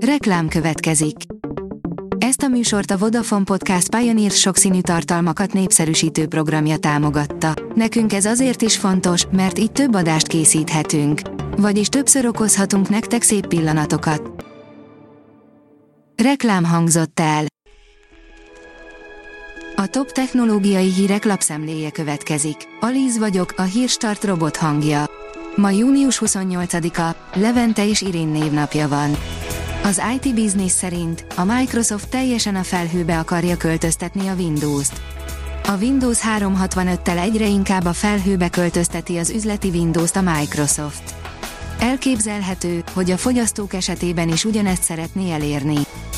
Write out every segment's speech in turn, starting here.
Reklám következik. Ezt a műsort a Vodafone Podcast Pioneer sokszínű tartalmakat népszerűsítő programja támogatta. Nekünk ez azért is fontos, mert így több adást készíthetünk. Vagyis többször okozhatunk nektek szép pillanatokat. Reklám hangzott el. A top technológiai hírek lapszemléje következik. Alíz vagyok, a Hírstart robot hangja. Ma június 28-a, Levente és Irén névnapja van. Az IT Business szerint a Microsoft teljesen a felhőbe akarja költöztetni a Windows-t. A Windows 365-tel egyre inkább a felhőbe költözteti az üzleti Windows-t a Microsoft. Elképzelhető, hogy a fogyasztók esetében is ugyanezt szeretné elérni.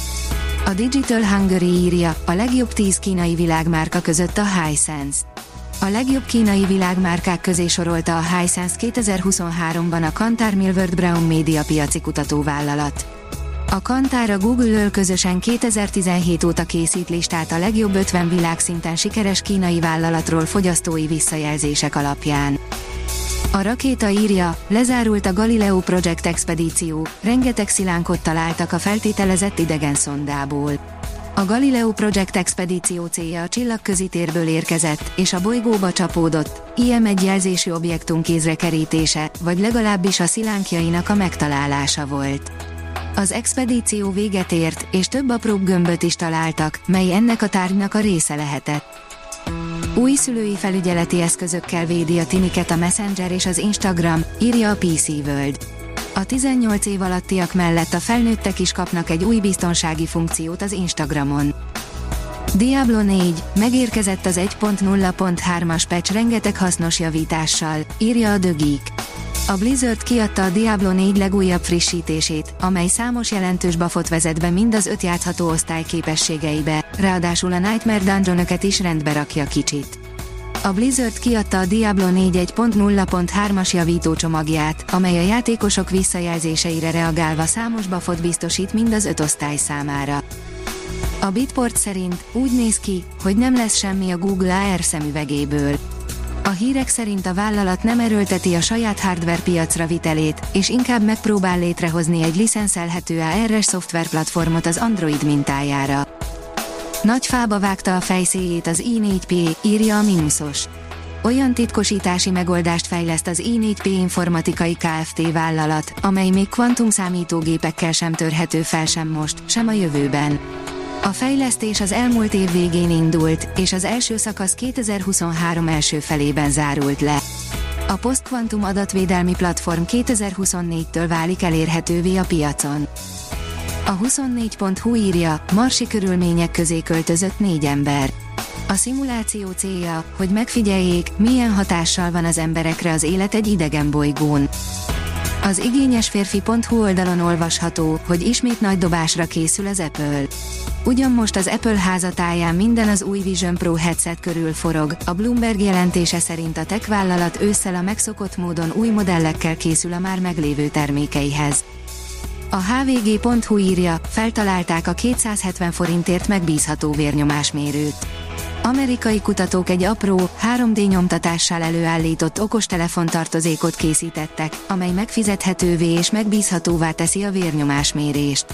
A Digital Hungary írja, a legjobb 10 kínai világmárka között a Hisense. A legjobb kínai világmárkák közé sorolta a Hisense 2023-ban a Kantar Millward Brown Media piaci kutatóvállalat. A Kantar a Google-öl közösen 2017 óta készít listát a legjobb 50 világszinten sikeres kínai vállalatról fogyasztói visszajelzések alapján. A Rakéta írja, lezárult a Galileo Project expedíció, rengeteg szilánkot találtak a feltételezett idegen szondából. A Galileo Project expedíció célja a csillagközi térből érkezett, és a bolygóba csapódott, IM-1 jelzésű objektum kézre kerítése, vagy legalábbis a szilánkjainak a megtalálása volt. Az expedíció véget ért, és több apróbb gömböt is találtak, mely ennek a tárgynak a része lehetett. Új szülői felügyeleti eszközökkel védi a tiniket a Messenger és az Instagram, írja a PC World. A 18 év alattiak mellett a felnőttek is kapnak egy új biztonsági funkciót az Instagramon. Diablo 4, megérkezett az 1.0.3-as patch rengeteg hasznos javítással, írja a The Geek. A Blizzard kiadta a Diablo 4 legújabb frissítését, amely számos jelentős buffot vezet be mind az 5 játszható osztály képességeibe, ráadásul a Nightmare Dungeon-öket is rendbe rakja kicsit. A Blizzard kiadta a Diablo 4 1.0.3-as javító csomagját, amely a játékosok visszajelzéseire reagálva számos buffot biztosít mind az 5 osztály számára. A Bitport szerint úgy néz ki, hogy nem lesz semmi a Google AR szemüvegéből. A hírek szerint a vállalat nem erőlteti a saját hardware piacra vitelét, és inkább megpróbál létrehozni egy licenszelhető AR-es szoftverplatformot az Android mintájára. Nagy fába vágta a fejszéjét az i4P, írja a Minusos. Olyan titkosítási megoldást fejleszt az i4P informatikai Kft. Vállalat, amely még kvantumszámítógépekkel sem törhető fel sem most, sem a jövőben. A fejlesztés az elmúlt év végén indult, és az első szakasz 2023 első felében zárult le. A posztkvantum adatvédelmi platform 2024-től válik elérhetővé a piacon. A 24.hu írja, marsi körülmények közé költözött 4 ember. A szimuláció célja, hogy megfigyeljék, milyen hatással van az emberekre az élet egy idegen bolygón. Az igényesférfi.hu oldalon olvasható, hogy ismét nagy dobásra készül az Apple. Ugyan most az Apple házatáján minden az új Vision Pro headset körül forog, a Bloomberg jelentése szerint a tech vállalat ősszel a megszokott módon új modellekkel készül a már meglévő termékeihez. A hvg.hu írja, feltalálták a 270 forintért megbízható vérnyomásmérőt. Amerikai kutatók egy apró, 3D nyomtatással előállított okostelefontartozékot készítettek, amely megfizethetővé és megbízhatóvá teszi a vérnyomásmérést.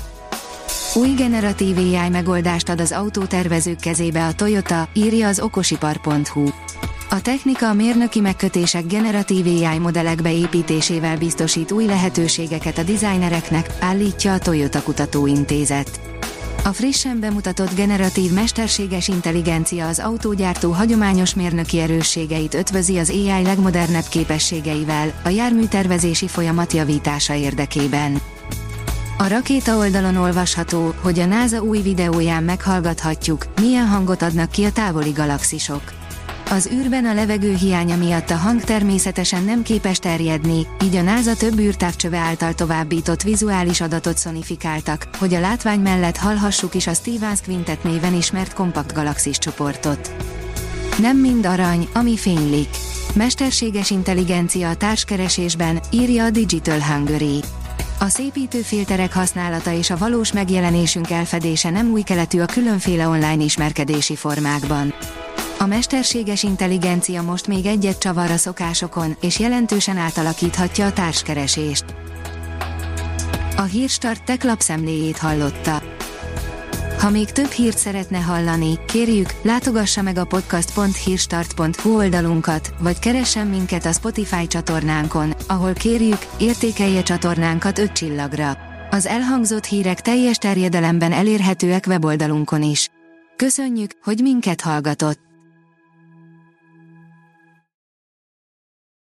Új generatív AI megoldást ad az autótervezők kezébe a Toyota, írja az okosipar.hu. A technika a mérnöki megkötések generatív AI modellek beépítésével biztosít új lehetőségeket a designereknek, állítja a Toyota Kutatóintézet. A frissen bemutatott generatív mesterséges intelligencia az autógyártó hagyományos mérnöki erősségeit ötvözi az AI legmodernebb képességeivel, a járműtervezési folyamat javítása érdekében. A Rakéta oldalon olvasható, hogy a NASA új videóján meghallgathatjuk, milyen hangot adnak ki a távoli galaxisok. Az űrben a levegő hiánya miatt a hang természetesen nem képes terjedni, így a NASA több űrtávcsöve által továbbított vizuális adatot szonifikáltak, hogy a látvány mellett hallhassuk is a Stevens Quintet néven ismert kompakt galaxis csoportot. Nem mind arany, ami fénylik. Mesterséges intelligencia a társkeresésben, írja a Digital Hungary. A szépítő filterek használata és a valós megjelenésünk elfedése nem új keletű a különféle online ismerkedési formákban. A mesterséges intelligencia most még egyet csavar a szokásokon, és jelentősen átalakíthatja a társkeresést. A Hírstart Tech lapszemléjét hallotta. Ha még több hírt szeretne hallani, kérjük, látogassa meg a podcast.hírstart.hu oldalunkat, vagy keressen minket a Spotify csatornánkon, ahol kérjük, értékelje csatornánkat 5 csillagra. Az elhangzott hírek teljes terjedelemben elérhetőek weboldalunkon is. Köszönjük, hogy minket hallgatott!